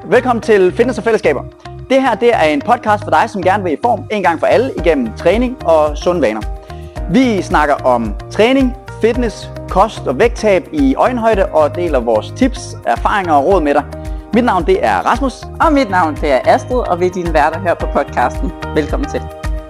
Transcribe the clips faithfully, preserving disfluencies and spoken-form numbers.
Velkommen til Fitness og Fællesskaber. Det her det er en podcast for dig, som gerne vil i form en gang for alle igennem træning og sunde vaner. Vi snakker om træning, fitness, kost og vægttab i øjenhøjde og deler vores tips, erfaringer og råd med dig. Mit navn det er Rasmus. Og mit navn det er Astrid, og vi er dine værter her på podcasten. Velkommen til.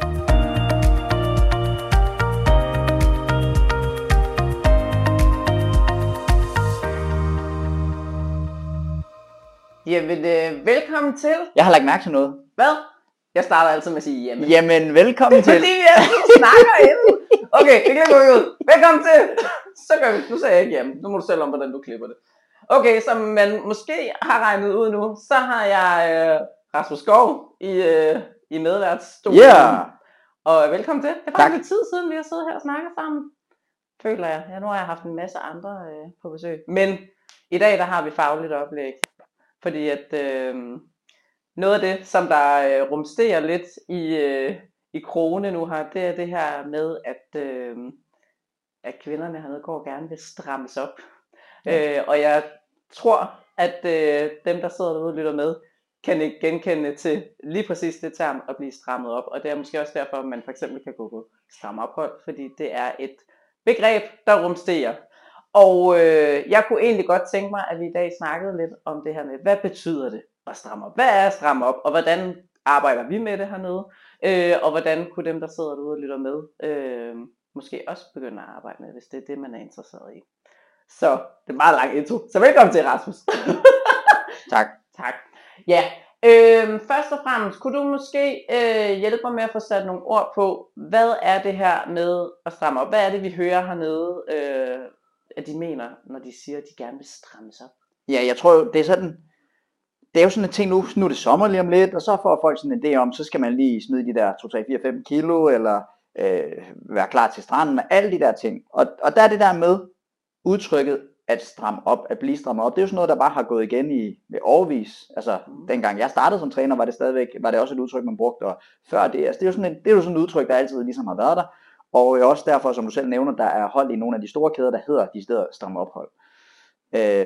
Jamen, øh, velkommen til. Jeg har lagt mærke til noget. Hvad? Jeg starter altid med at sige jamen. Jamen, velkommen til. Det er fordi, vi altid snakker inden. Okay, det kan gå ud. Velkommen til. Så gør vi. Nu sagde jeg ikke jamen. Nu må du selv om, hvordan du klipper det. Okay, som man måske har regnet ud nu, så har jeg øh, Rasmus Skov i, øh, i medværtsstolen. Yeah. Og velkommen til. Det er Tak. faktisk lidt tid siden, vi har siddet her og snakket sammen. Føler jeg. Ja, nu har jeg haft en masse andre øh, på besøg. Men i dag, der har vi fagligt oplæg. Fordi at øh, noget af det, som der øh, rumsterer lidt i, øh, i krone nu her, det er det her med, at, øh, at kvinderne hernede går gerne vil strammes op. Ja. Øh, og jeg tror, at øh, dem, der sidder derude og lytter med, kan ikke genkende til lige præcis det term at blive strammet op. Og det er måske også derfor, at man for eksempel kan gå på stram ophold, fordi det er et begreb, der rumsterer. Og øh, jeg kunne egentlig godt tænke mig, at vi i dag snakkede lidt om det her med, hvad betyder det at stramme op? Hvad er at stramme op? Og hvordan arbejder vi med det hernede? Øh, og hvordan kunne dem, der sidder derude og lytter med, øh, måske også begynde at arbejde med, hvis det er det, man er interesseret i. Så det er meget lang intro. Så velkommen til, Rasmus. Tak. Tak. Ja, øh, først og fremmest, kunne du måske øh, hjælpe mig med at få sat nogle ord på, hvad er det her med at stramme op? Hvad er det, vi hører hernede, øh, at de mener, når de siger, at de gerne vil strammes op? Ja, jeg tror jo, det er sådan, det er jo sådan en ting nu, nu er det sommer lige om lidt, og så får folk sådan en idé om, så skal man lige smide de der to, tre, fire, fem kilo, eller øh, være klar til stranden, og alle de der ting. Og, og der er det der med udtrykket, at stramme op, at blive strammet op, det er jo sådan noget, der bare har gået igen i ved årevis. Altså, mm. dengang jeg startede som træner, var det stadigvæk, var det også et udtryk, man brugte, og før det, altså, det er jo sådan, en, det er jo sådan et udtryk, der altid ligesom har været der. Og også derfor, som du selv nævner, der er hold i nogle af de store kæder, der hedder de steder stramme ophold. Øh,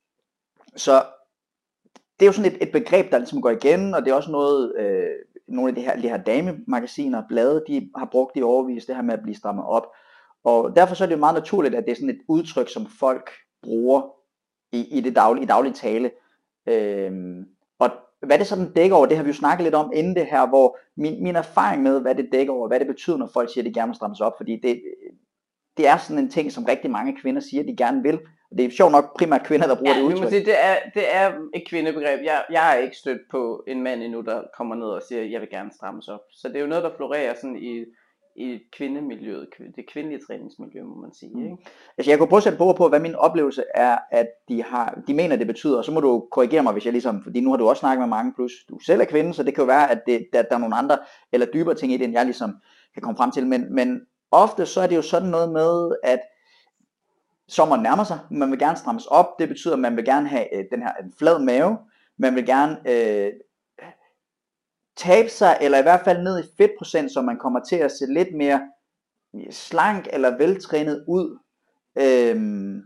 så det er jo sådan et, et begreb, der ligesom går igen, og det er også noget, øh, nogle af de her, de her damemagasiner, blade, de har brugt i årevis, det her med at blive strammet op. Og derfor så er det jo meget naturligt, at det er sådan et udtryk, som folk bruger i, i det daglige, i daglig tale. Øh, og hvad det sådan dækker over, det har vi jo snakket lidt om inden det her, hvor min, min erfaring med, hvad det dækker over, hvad det betyder, når folk siger, at de gerne vil strammes op, fordi det, det er sådan en ting, som rigtig mange kvinder siger, at de gerne vil. Og det er sjovt nok primært kvinder, der bruger ja, det udtryk. Sige, det, er, det er et kvindebegreb. Jeg, jeg har ikke stødt på en mand endnu, der kommer ned og siger, at jeg vil gerne strammes op. Så det er jo noget, der florerer sådan i, i kvindemiljøet, det kvindelige træningsmiljø, må man sige. Ikke? Mm. Altså jeg kunne prøve at sætte på på, hvad min oplevelse er, at de, har, de mener, det betyder, og så må du korrigere mig, hvis jeg ligesom, fordi nu har du også snakket med mange, plus du selv er kvinde, så det kan jo være, at det, der, der er nogle andre, eller dybere ting i det, end jeg ligesom kan komme frem til, men, men ofte så er det jo sådan noget med, at sommeren nærmer sig, man vil gerne strammes op, det betyder, at man vil gerne have øh, den her en flad mave, man vil gerne øh, tabe sig, eller i hvert fald ned i fedtprocent, så man kommer til at se lidt mere slank eller veltrænet ud. Øhm,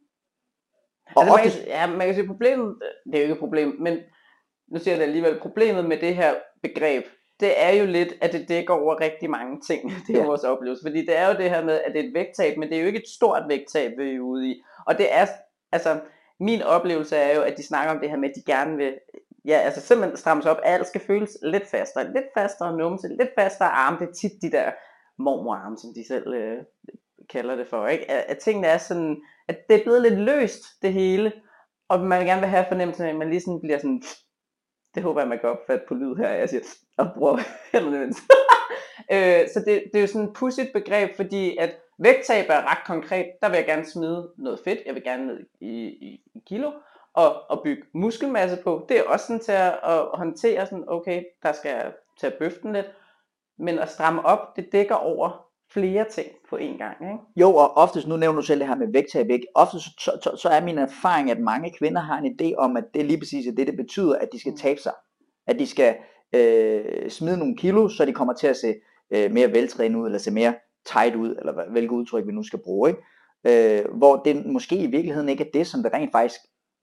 og altså, man, ofte... kan, ja, man kan sige, problemet, det er jo ikke et problem, men nu siger jeg det alligevel, problemet med det her begreb, det er jo lidt, at det dækker over rigtig mange ting. Det er ja. vores oplevelse, fordi det er jo det her med, at det er et vægttab, men det er jo ikke et stort vægttab, vi er ude i. Og det er, altså, min oplevelse er jo, at de snakker om det her med, at de gerne vil, ja, altså simpelthen strammes op, alt skal føles lidt fastere, lidt fastere numse, lidt fastere arme, det er tit de der mormorarme, som de selv øh, kalder det for, ikke? At, at tingene er sådan, at det er blevet lidt løst, det hele, og man gerne vil have fornemmelsen af, at man lige sådan bliver sådan, det håber jeg, man kan opfatte på lyd her, jeg siger, og bruger hænderne mens. øh, så det, det er jo sådan et pudsigt begreb, fordi at vægttab er ret konkret, der vil jeg gerne smide noget fedt, jeg vil gerne ned i, i, i kilo, og, og bygge muskelmasse på, det er også sådan til at, at håndtere sådan, okay, der skal jeg til at bøfte den lidt, men at stramme op, det dækker over flere ting på én gang, ikke? Jo, og oftest, nu nævner du selv det her med vægttab, ikke? Ofte så, så, så er min erfaring, at mange kvinder har en idé om, at det lige præcis er det, det betyder, at de skal tabe sig. At de skal øh, smide nogle kilo, så de kommer til at se øh, mere veltrænet ud, eller se mere tight ud, eller hvilket udtryk vi nu skal bruge, ikke? Øh, hvor det måske i virkeligheden ikke er det, som det rent faktisk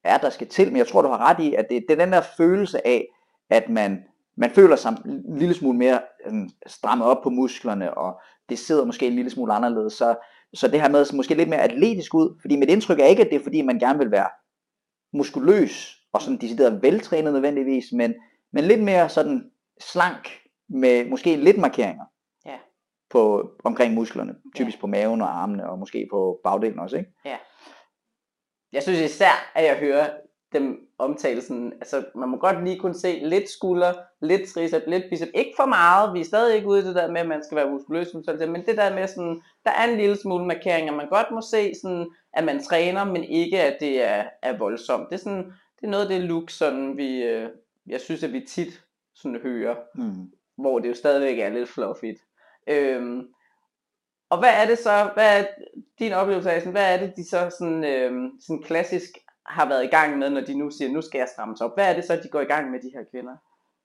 er, der skal til, men jeg tror, du har ret i, at det, det er den der følelse af, at man, man føler sig en lille smule mere um, strammet op på musklerne, og det sidder måske en lille smule anderledes, så, så det her med at måske lidt mere atletisk ud, fordi mit indtryk er ikke, at det er fordi, man gerne vil være muskuløs, og sådan decideret veltrænet nødvendigvis, men, men lidt mere sådan slank, med måske lidt markeringer. Ja. På, omkring musklerne, typisk ja. på maven og armene, og måske på bagdelen også, ikke? Ja. Jeg synes især, at jeg hører dem omtale sådan, altså man må godt lige kunne se lidt skulder, lidt tricep, lidt bicep, ikke for meget, vi er stadig ikke ude i det der med, at man skal være muskuløs, men det der med sådan, der er en lille smule markeringer, man godt må se sådan, at man træner, men ikke at det er, er voldsomt. Det er sådan, det er noget af det look, sådan vi, øh, jeg synes, at vi tit sådan hører, mm. hvor det jo stadigvæk er lidt fluffigt. Øhm, og hvad er det så, hvad er din oplevelse af, sådan, hvad er det de så sådan, øhm, sådan klassisk har været i gang med, når de nu siger, nu skal jeg strammes op? Hvad er det så, de går i gang med, de her kvinder?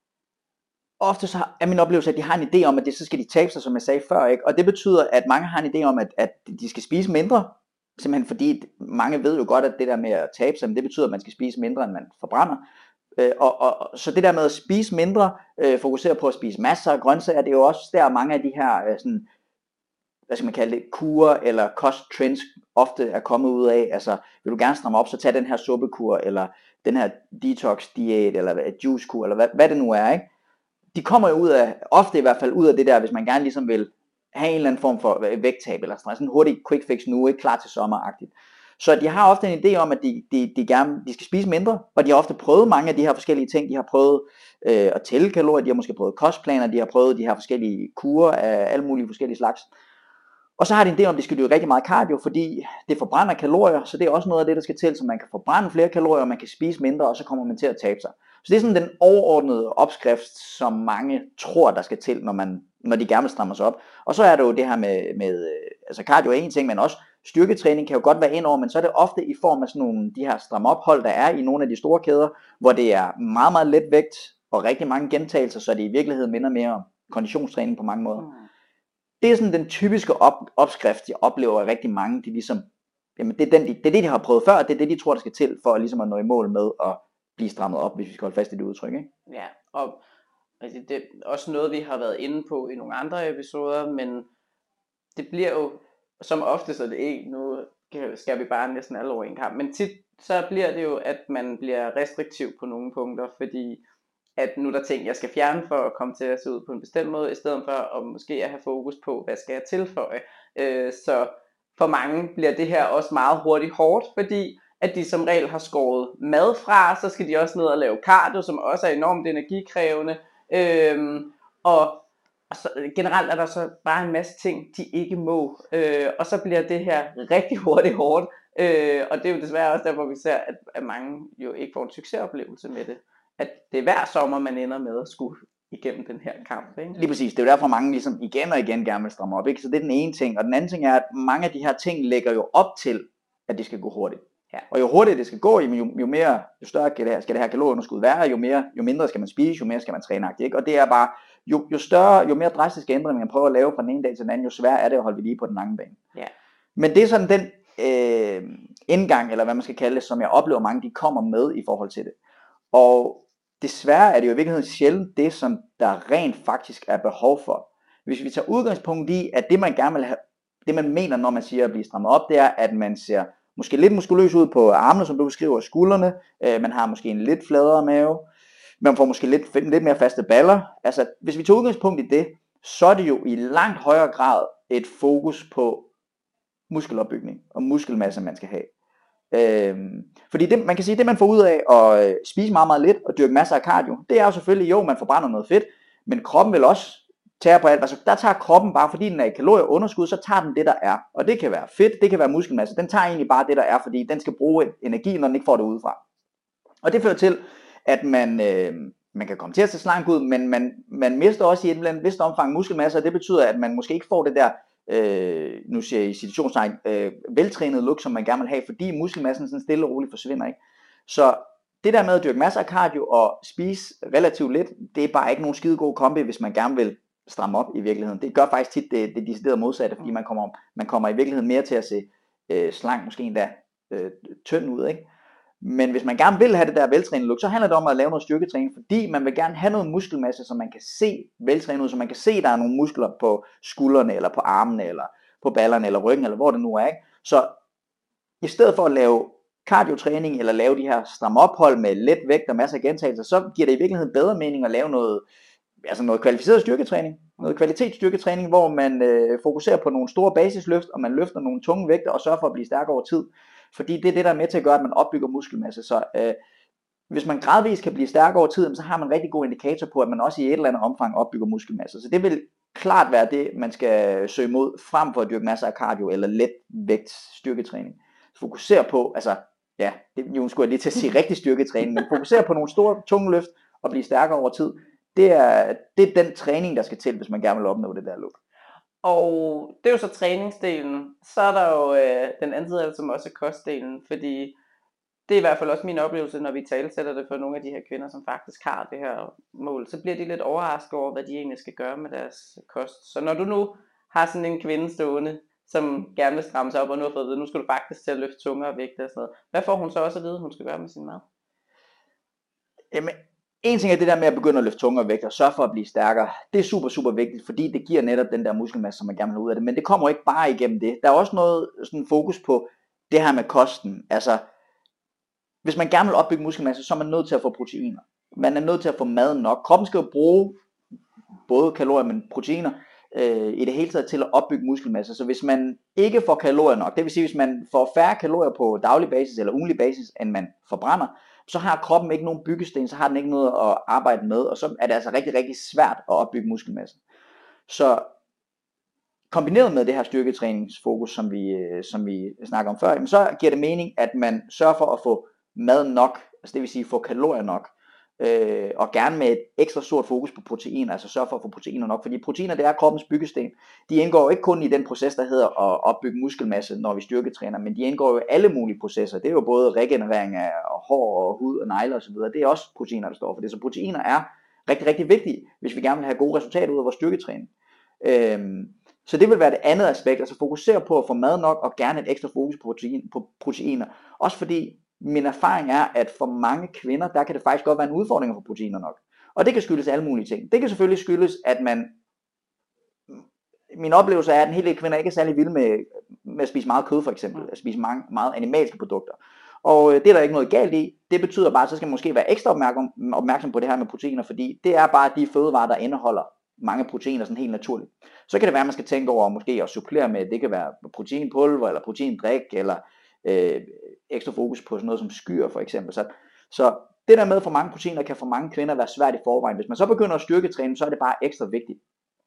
Ofte så er min oplevelse, at de har en idé om, at det, så skal de tabe sig, som jeg sagde før, ikke? Og det betyder, at mange har en idé om, at, at de skal spise mindre, simpelthen fordi mange ved jo godt, at det der med at tabe sig, men det betyder, at man skal spise mindre, end man forbrænder. Øh, og, og, så det der med at spise mindre, øh, fokusere på at spise masser af grøntsager, det er jo også der mange af de her øh, sådan, hvad skal man kalde det, kurer eller kosttrends ofte er kommet ud af. Altså, vil du gerne stramme op, så tag den her suppekur, eller den her detox diæt, eller juicekur, eller hvad, hvad det nu er, ikke? De kommer jo ud af, ofte i hvert fald ud af det der, hvis man gerne ligesom vil have en eller anden form for vægttab, eller sådan en hurtig quick fix nu, ikke klar til sommeragtigt. Så de har ofte en idé om, at de, de, de, gerne, de skal spise mindre, og de har ofte prøvet mange af de her forskellige ting. De har prøvet øh, at tælle kalorier, de har måske prøvet kostplaner, de har prøvet de her forskellige kurer af alle mulige forskellige slags. Og så har de en idé om, at de skal gøre rigtig meget cardio, fordi det forbrænder kalorier, så det er også noget af det, der skal til, så man kan forbrænde flere kalorier, og man kan spise mindre, og så kommer man til at tabe sig. Så det er sådan den overordnede opskrift, som mange tror, der skal til, når, man, når de gerne vil stramme sig op. Og så er det jo det her med, med altså cardio er en ting, men også styrketræning kan jo godt være ind over, men så er det ofte i form af sådan nogle de her stramme ophold, der er i nogle af de store kæder, hvor det er meget, meget let vægt og rigtig mange gentagelser, så det i virkeligheden minder mere om konditionstræning på mange måder. Mm. Det er sådan den typiske op, opskrift, jeg oplever, at rigtig mange, de ligesom, jamen det er, den, det er det, de har prøvet før, og det er det, de tror, der skal til, for ligesom at nå i mål med at blive strammet op, hvis vi skal holde fast i det udtryk, ikke? Ja, og altså, det er også noget, vi har været inde på i nogle andre episoder, men det bliver jo, som ofte, så det ikke, nu skal vi bare næsten alle over en kamp, men tit, så bliver det jo, at man bliver restriktiv på nogle punkter, fordi at nu er der ting, jeg skal fjerne for at komme til at se ud på en bestemt måde, i stedet for at måske at have fokus på, hvad skal jeg tilføje. Øh, så for mange bliver det her også meget hurtigt hårdt, fordi at de som regel har skåret mad fra, så skal de også ned og lave cardio, som også er enormt energikrævende. Øh, og, og så, generelt er der så bare en masse ting, de ikke må. Øh, og så bliver det her rigtig hurtigt hårdt. Øh, og det er jo desværre også der, hvor vi ser, at, at mange jo ikke får en succesoplevelse med det. At det er hver sommer, man ender med at skulle igennem den her kamp, ikke? Lige præcis, det er jo derfor mange ligesom igen og igen gerne vil stramme op, ikke? Så det er den ene ting, og den anden ting er, at mange af de her ting lægger jo op til, at det skal gå hurtigt. Ja. Og jo hurtigere det skal gå, jo, jo mere, jo større skal det her, skal det her kalorieunderskud være, jo mere, jo mindre skal man spise, jo mere skal man træne, ikke? Og det er bare, jo, jo større, jo mere drastiske ændringer man prøver at lave fra den ene dag til den anden, jo sværere er det at holde ved lige på den lange bane. Ja. Men det er sådan den øh, indgang, eller hvad man skal kalde det, som jeg oplever mange, de kommer med i forhold til det. Og desværre er det jo i virkeligheden sjældent det, som der rent faktisk er behov for. Hvis vi tager udgangspunkt i, at det man gerne vil have, det man mener, når man siger at blive strammet op, det er, at man ser måske lidt muskuløs ud på armene, som du beskriver, skuldrene, øh, man har måske en lidt fladere mave, man får måske lidt, lidt mere faste baller. Altså, hvis vi tager udgangspunkt i det, så er det jo i langt højere grad et fokus på muskelopbygning og muskelmasse, man skal have. Øhm, fordi det, man kan sige, det man får ud af at øh, spise meget, meget lidt og dyrke masser af cardio, det er jo selvfølgelig, jo, man forbrænder noget fedt, men kroppen vil også tage på alt. Altså, der tager kroppen bare, fordi den er i kalorieunderskud, så tager den det, der er. Og det kan være fedt, det kan være muskelmasse. Den tager egentlig bare det, der er, fordi den skal bruge energi, når den ikke får det udefra. Og det fører til, at man, øh, man kan komme til at se slank ud, men man, man mister også i et eller andet vist omfang muskelmasse, og det betyder, at man måske ikke får det der, øh, nu siger jeg i situationstegn, øh, veltrænet look, som man gerne vil have, fordi muskelmassen sådan stille og roligt forsvinder, ikke? Så det der med at dyrke masser af cardio og spise relativt lidt, det er bare ikke nogen skide god kombi, hvis man gerne vil stramme op i virkeligheden. Det gør faktisk tit det, det deciderede modsatte, fordi man kommer, man kommer i virkeligheden mere til at se øh, slank, måske endda øh, tynd ud, ikke? Men hvis man gerne vil have det der veltrænede look, så handler det om at lave noget styrketræning, fordi man vil gerne have noget muskelmasse, så man kan se veltrænet ud, så man kan se, at der er nogle muskler på skuldrene, eller på armene, eller på ballerne, eller ryggen, eller hvor det nu er. Ikke? Så i stedet for at lave cardiotræning, eller lave de her stramme ophold med let vægt og masser af gentagelser, så giver det i virkeligheden bedre mening at lave noget, altså noget kvalificeret styrketræning, noget kvalitetsstyrketræning, hvor man øh, fokuserer på nogle store basisløft, og man løfter nogle tunge vægter, og sørger for at blive stærk over tid. Fordi det er det, der er med til at gøre, at man opbygger muskelmasse. Så øh, hvis man gradvist kan blive stærk over tid, så har man en rigtig god indikator på, at man også i et eller andet omfang opbygger muskelmasse. Så det vil klart være det, man skal søge mod, frem for at dyrke masser af cardio eller let vægt styrketræning. Fokuser på, altså, ja, det jo skulle jeg lige til at sige rigtig styrketræning, men fokuser på nogle store, tunge løft og blive stærkere over tid. Det er, det er den træning, der skal til, hvis man gerne vil opnå det der look. Og det er jo så træningsdelen. Så er der jo øh, den anden side, som også er kostdelen, fordi det er i hvert fald også min oplevelse, når vi talesætter det for nogle af de her kvinder, som faktisk har det her mål, så bliver de lidt overrasket over, hvad de egentlig skal gøre med deres kost. Så når du nu har sådan en kvinde stående, som gerne vil stramme sig op, og nu har fået at vide, nu skal du faktisk til at løfte tungere vægte og sådan noget, hvad får hun så også at vide, hun skal gøre med sin mad? Jamen, en ting er det der med at begynde at løfte tungere vægte og sørge for at blive stærkere. Det er super, super vigtigt, fordi det giver netop den der muskelmasse, som man gerne vil have ud af det. Men det kommer ikke bare igennem det. Der er også noget sådan fokus på det her med kosten. Altså, hvis man gerne vil opbygge muskelmasse, så er man nødt til at få proteiner. Man er nødt til at få mad nok. Kroppen skal jo bruge både kalorier, men proteiner øh, i det hele taget til at opbygge muskelmasse. Så hvis man ikke får kalorier nok, det vil sige, hvis man får færre kalorier på daglig basis eller ugenlig basis, end man forbrænder, så har kroppen ikke nogen byggesten, så har den ikke noget at arbejde med, og så er det altså rigtig, rigtig svært at opbygge muskelmasse. Så kombineret med det her styrketræningsfokus, som vi, som vi snakker om før, så giver det mening, at man sørger for at få mad nok, altså det vil sige få kalorier nok, øh, og gerne med et ekstra stort fokus på proteiner, altså sørge for at få proteiner nok, fordi proteiner, det er kroppens byggesten. De indgår jo ikke kun i den proces, der hedder at opbygge muskelmasse, når vi styrketræner, men de indgår jo i alle mulige processer. Det er jo både regenerering af hår og hud og negle osv. Det er også proteiner, der står for det. Så proteiner er rigtig, rigtig vigtige, hvis vi gerne vil have gode resultater ud af vores styrketræning. Øhm, så det vil være det andet aspekt, altså fokusere på at få mad nok, og gerne et ekstra fokus på, protein, på proteiner. Også fordi min erfaring er, at for mange kvinder, der kan det faktisk godt være en udfordring at få proteiner nok. Og det kan skyldes alle mulige ting. Det kan selvfølgelig skyldes, at man, min oplevelse er, at en hel del kvinder ikke er særlig vilde med, med at spise meget kød for eksempel, at spise mange, meget animalske produkter. Og det er der ikke noget galt i. Det betyder bare, at så skal man måske være ekstra opmærksom, opmærksom på det her med proteiner, fordi det er bare de fødevarer, der indeholder mange proteiner sådan helt naturligt. Så kan det være, at man skal tænke over måske at supplere med, det kan være proteinpulver eller proteindrik, eller øh, ekstra fokus på sådan noget som skyr for eksempel. Så, så det der med for mange proteiner kan for mange kvinder være svært i forvejen. Hvis man så begynder at styrketræne, så er det bare ekstra vigtigt.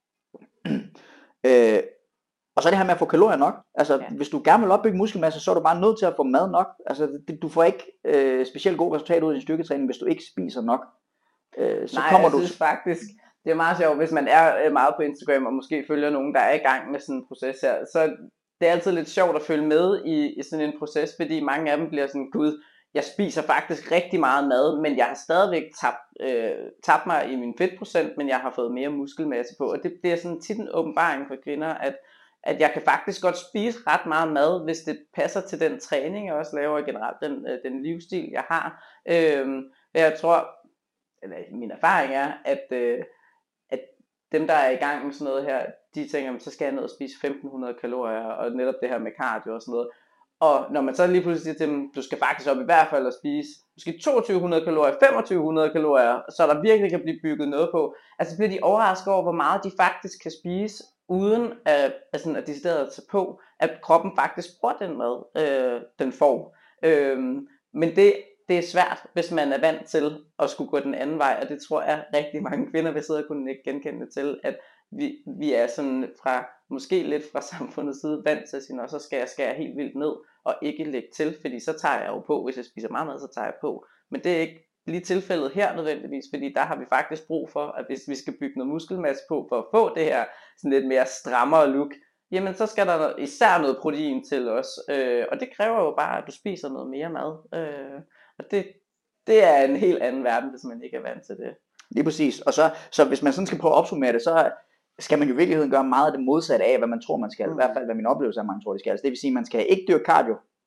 øh, og så er det her med at få kalorier nok. Altså ja. Hvis du gerne vil opbygge muskelmasse, så er du bare nødt til at få mad nok. Altså det, du får ikke øh, specielt gode resultater ud af din styrketræning, hvis du ikke spiser nok. Øh, så Nej, kommer jeg du... synes faktisk, det er meget sjovt, hvis man er meget på Instagram og måske følger nogen, der er i gang med sådan en proces her, så det er altid lidt sjovt at følge med i, i sådan en proces, fordi mange af dem bliver sådan, gud, jeg spiser faktisk rigtig meget mad, men jeg har stadigvæk tabt, øh, tabt mig i min fedtprocent, men jeg har fået mere muskelmasse på, og det, det er sådan tit en åbenbaring for kvinder, at, at jeg kan faktisk godt spise ret meget mad, hvis det passer til den træning, jeg også laver, og generelt den, øh, den livsstil, jeg har. Øh, jeg tror, eller min erfaring er, at øh, dem, der er i gang med sådan noget her, de tænker, så skal jeg ned og spise femten hundrede kalorier, og netop det her med cardio og sådan noget. Og når man så lige pludselig siger til dem, du skal faktisk op i hvert fald at spise måske toogtyve hundrede kalorier, femogtyve hundrede kalorier, så der virkelig kan blive bygget noget på, altså bliver de overrasket over, hvor meget de faktisk kan spise, uden at, altså, at de stedet tage på, at kroppen faktisk bruger den mad, øh, den får. Øh, men det Det er svært, hvis man er vant til at skulle gå den anden vej, og det tror jeg rigtig mange kvinder vil sidde og kunne ikke genkende til, at vi, vi er sådan fra, måske lidt fra samfundets side vant til at sige, så skal jeg skære helt vildt ned, og ikke lægge til, fordi så tager jeg jo på, hvis jeg spiser meget mad, så tager jeg på. Men det er ikke lige tilfældet her nødvendigvis, fordi der har vi faktisk brug for, at hvis vi skal bygge noget muskelmasse på, for at få det her sådan lidt mere strammere look, jamen så skal der især noget protein til os, øh, og det kræver jo bare, at du spiser noget mere mad, øh, og det, det er en helt anden verden, hvis man ikke er vant til det. Lige præcis, og så, så hvis man sådan skal prøve at opsummere det, så skal man jo i virkeligheden gøre meget af det modsatte af, hvad man tror man skal, mm. i hvert fald hvad min oplevelse er, man tror det skal, altså det vil sige, at man skal ikke dyrke cardio,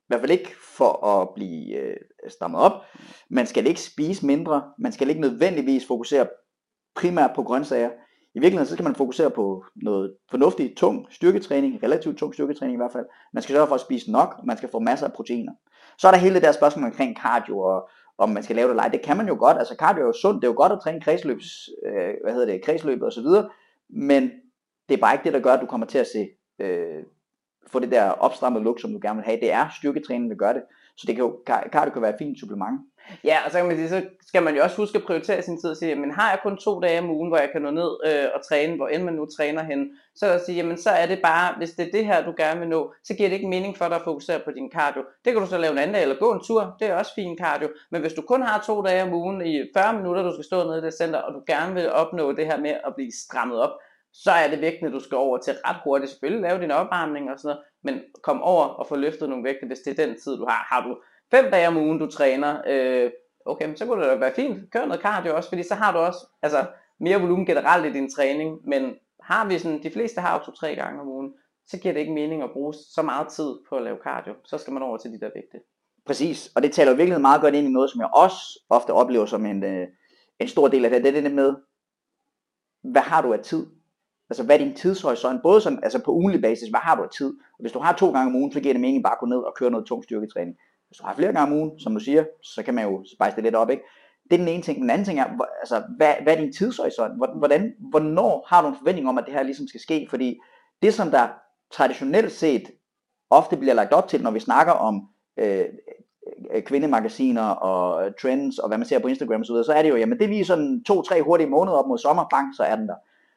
hvert fald ikke for at blive øh, strammet op. Man skal ikke spise mindre, man skal ikke nødvendigvis fokusere primært på grøntsager. I virkeligheden så skal man fokusere på noget fornuftigt, tung styrketræning, relativt tung styrketræning i hvert fald. Man skal sørge for at spise nok, og man skal få masser af proteiner. Så er der hele det der spørgsmål omkring cardio, og om man skal lave det eller ej. Det kan man jo godt, altså cardio er jo sundt, det er jo godt at træne kredsløbs, øh, hvad hedder det, kredsløbet og så videre, men det er bare ikke det, der gør, at du kommer til at se, øh, få det der opstrammede look, som du gerne vil have. Det er styrketræning, der gør det. Så det kan jo, cardio kan være et fint supplement. Ja, og så kan man sige, så skal man jo også huske at prioritere sin tid og sige, men har jeg kun to dage om ugen, hvor jeg kan nå ned øh, og træne, hvor end man nu træner hen, så at sige, jamen så er det bare, hvis det er det her, du gerne vil nå, så giver det ikke mening for dig at fokusere på din cardio. Det kan du så lave en anden dag, eller gå en tur, det er også fin cardio, men hvis du kun har to dage om ugen i fyrre minutter, du skal stå nede i det center, og du gerne vil opnå det her med at blive strammet op, så er det vægtene, du skal over til ret hurtigt. Selvfølgelig lave din opvarmning og sådan noget, men kom over og få løftet nogle vægte, hvis det er den tid, du har. Har du fem dage om ugen, du træner, øh, okay, så kunne det da være fint. Kør noget cardio også, fordi så har du også altså, mere volumen generelt i din træning, men har vi sådan, de fleste har jo to-tre gange om ugen, så giver det ikke mening at bruge så meget tid på at lave cardio. Så skal man over til de der vægte. Præcis, og det taler jo virkelig meget godt ind i noget, som jeg også ofte oplever som en, øh, en stor del af det. Det er det med, hvad har du af tid? Altså hvad er din tidshorisont? Både sådan, altså på ugenlig basis, hvad har du af tid? Og hvis du har to gange om ugen, så giver det mening bare at gå ned og køre noget tung styrketræning. Hvis du har flere gange om ugen, som du siger, så kan man jo spice det lidt op, ikke? Det er den ene ting. Den anden ting er, altså, hvad, hvad er din tidshorisont? Hvordan, hvornår har du en forventning om, at det her ligesom skal ske? Fordi det, som der traditionelt set ofte bliver lagt op til, når vi snakker om øh, kvindemagasiner og trends, og hvad man ser på Instagram og så videre, så er det jo, jamen det er lige sådan to-tre hurtige måneder op mod sommer, bang, så er den der.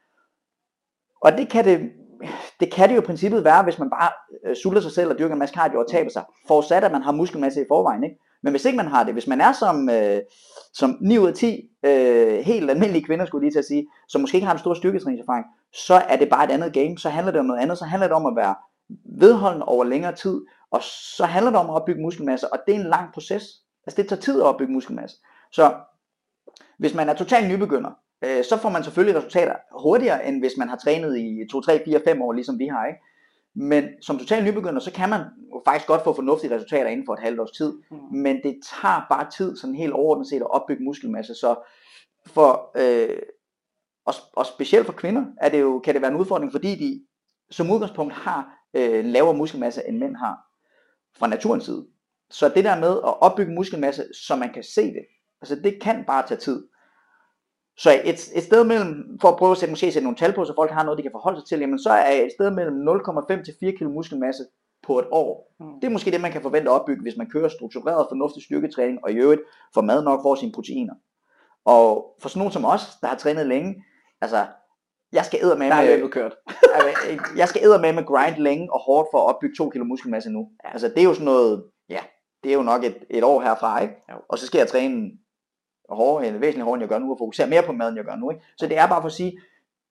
Og det kan det, det kan det jo i princippet være, hvis man bare øh, sulter sig selv og dyrker en masse cardio og taber sig, forudsat at man har muskelmasse i forvejen, ikke? Men hvis ikke man har det, hvis man er som, øh, som ni ud af ti øh, helt almindelige kvinder, skulle jeg lige til at sige, som måske ikke har en stor styrketræningserfaring, så er det bare et andet game, så handler det om noget andet, så handler det om at være vedholdende over længere tid, og så handler det om at opbygge muskelmasse, og det er en lang proces. Altså det tager tid at opbygge muskelmasse. Så hvis man er totalt nybegynder, øh, så får man selvfølgelig resultater hurtigere, end hvis man har trænet i to, tre, fire, fem år, ligesom vi har, ikke? Men som totalt nybegynder, så kan man faktisk godt få fornuftige resultater inden for et halvt års tid, mm. men det tager bare tid, sådan helt overordnet set, at opbygge muskelmasse. Så for, øh, og, og specielt for kvinder, er det jo, kan det være en udfordring, fordi de som udgangspunkt har øh, lavere muskelmasse, end mænd har fra naturens side. Så det der med at opbygge muskelmasse, så man kan se det, altså det kan bare tage tid. Så et, et sted mellem, for at prøve at sætte, måske sætte nogle tal på, så folk har noget, de kan forholde sig til, jamen så er et sted mellem nul komma fem til fire kilo muskelmasse på et år. Mm. Det er måske det, man kan forvente at opbygge, hvis man kører struktureret fornuftig styrketræning, og i øvrigt får mad nok for sine proteiner. Og for sådan nogen som os, der har trænet længe, altså, jeg skal eddermame med, jeg skal eddermame med grind længe og hårdt for at opbygge to kilo muskelmasse nu. Altså det er jo sådan noget, ja, det er jo nok et, et år herfra, ikke? Og så skal jeg træne hårdere, væsentligt hårdere, end jeg gør nu, og fokusere mere på maden, jeg gør nu, ikke? Så det er bare for at sige,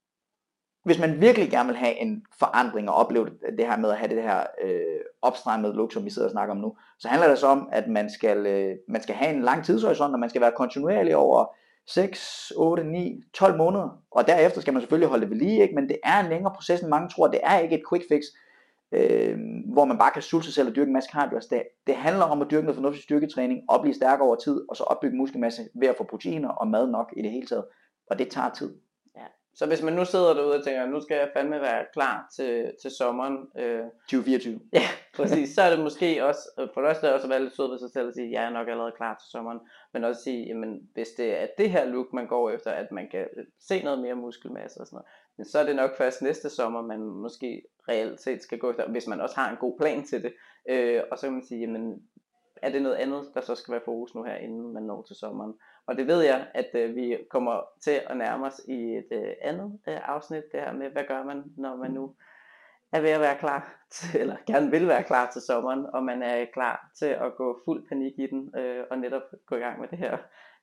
hvis man virkelig gerne vil have en forandring og opleve det, det her med at have det her øh, opstrammede look, som vi sidder og snakker om nu, så handler det så om, at man skal, øh, man skal have en lang tidshorisont, og man skal være kontinuerlig over seks, otte, ni, tolv måneder, og derefter skal man selvfølgelig holde det ved lige, ikke? Men det er en længere proces, end mange tror. Det er ikke et quick fix, øh, hvor man bare kan sulte sig selv og dyrke en masse cardio. Det, det handler om at dyrke noget fornuftig styrketræning, og blive stærkere over tid, og så opbygge muskelmasse ved at få proteiner og mad nok i det hele taget, og det tager tid. Ja. Så hvis man nu sidder derude og tænker, nu skal jeg fandme være klar til, til sommeren øh... tyve fireogtyve. Ja, præcis. Så er det måske også, for det første også at være lidt sød ved sig selv og sige, jeg er nok allerede klar til sommeren, men også sige, jamen hvis det er det her look, man går efter, at man kan se noget mere muskelmasse og sådan noget, så er det nok først næste sommer, man måske reelt set skal gå efter, hvis man også har en god plan til det. Øh, og så kan man sige, jamen er det noget andet, der så skal være fokus nu her, inden man når til sommeren. Og det ved jeg, at øh, vi kommer til at nærme os i et øh, andet øh, afsnit, det her med, hvad gør man, når man nu er ved at være klar, til, eller gerne vil være klar til sommeren, og man er klar til at gå fuld panik i den, øh, og netop gå i gang med det her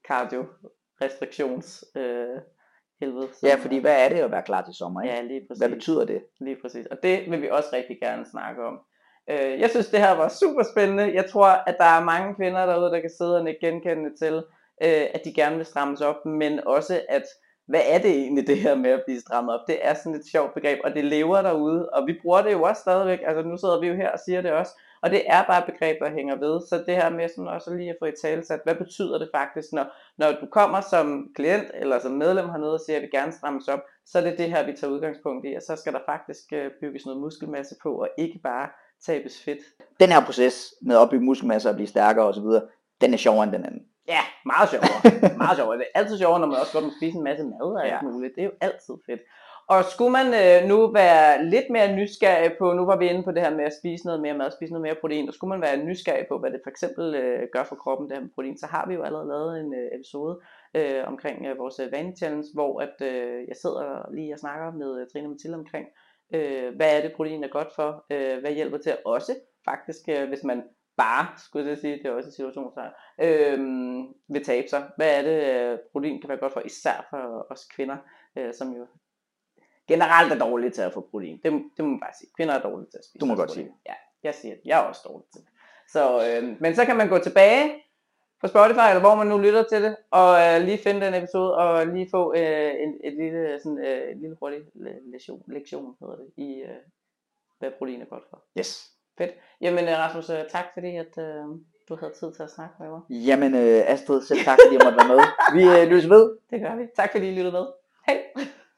cardio-restriktions øh, helvede. Ja, fordi hvad er det at være klar til sommer, ikke? Ja, lige præcis. Hvad betyder det? Lige præcis, og det vil vi også rigtig gerne snakke om. Jeg synes det her var super spændende. Jeg tror at der er mange kvinder derude der kan sidde og nikke genkendende til at de gerne vil strammes op, men også at hvad er det egentlig det her med at blive strammet op? Det er sådan et sjovt begreb, og det lever derude, og vi bruger det jo også stadigvæk. Altså nu sidder vi jo her og siger det også, Og det er bare begreber, der hænger ved. Så det her med sådan også lige at få i talesat, hvad betyder det faktisk, når, når du kommer som klient eller som medlem hernede og siger, at jeg vil gerne strammes op, så er det det her, vi tager udgangspunkt i, og så skal der faktisk bygges noget muskelmasse på, og ikke bare tabes fedt. Den her proces med at opbygge muskelmasse og blive stærkere osv., den er sjovere end den anden. Ja, meget sjovere. meget sjovere. Det er altid sjovere, når man også godt må spise en masse mad og alt Ja. muligt. Det er jo altid fedt. Og skulle man øh, nu være lidt mere nysgerrig på, nu var vi inde på det her med at spise noget mere mad, spise noget mere protein, og skulle man være nysgerrig på, hvad det for eksempel øh, gør for kroppen, det her med protein, så har vi jo allerede lavet en øh, episode øh, omkring øh, vores øh, vane challenge, hvor at, øh, jeg sidder lige og snakker med øh, Trine Mathilde omkring, øh, hvad er det protein er godt for, øh, hvad hjælper til også faktisk, øh, hvis man bare, skulle jeg sige, det er også en situation, så øh, vil tabe sig. Hvad er det, øh, protein kan være godt for, især for os kvinder, øh, som jo generelt er dårlige til at få protein. Det, det må man bare sige. Kvinder er dårlige til at spise. Du må godt protein. sige. Ja, jeg siger det. Jeg er også dårlig til det. Så, øh, men så kan man gå tilbage på Spotify, eller hvor man nu lytter til det, og øh, lige finde den episode, og lige få øh, en, et lille, sådan, øh, en lille hurtig lektion, lektion hedder det, i øh, hvad protein er godt for. Yes. Fedt. Jamen Rasmus, øh, tak fordi at øh, du havde tid til at snakke med mig. Jamen øh, Astrid, selv tak fordi jeg måtte være med. Vi øh, lyttes ved. Det gør vi. Tak fordi I lyttede med. Hej.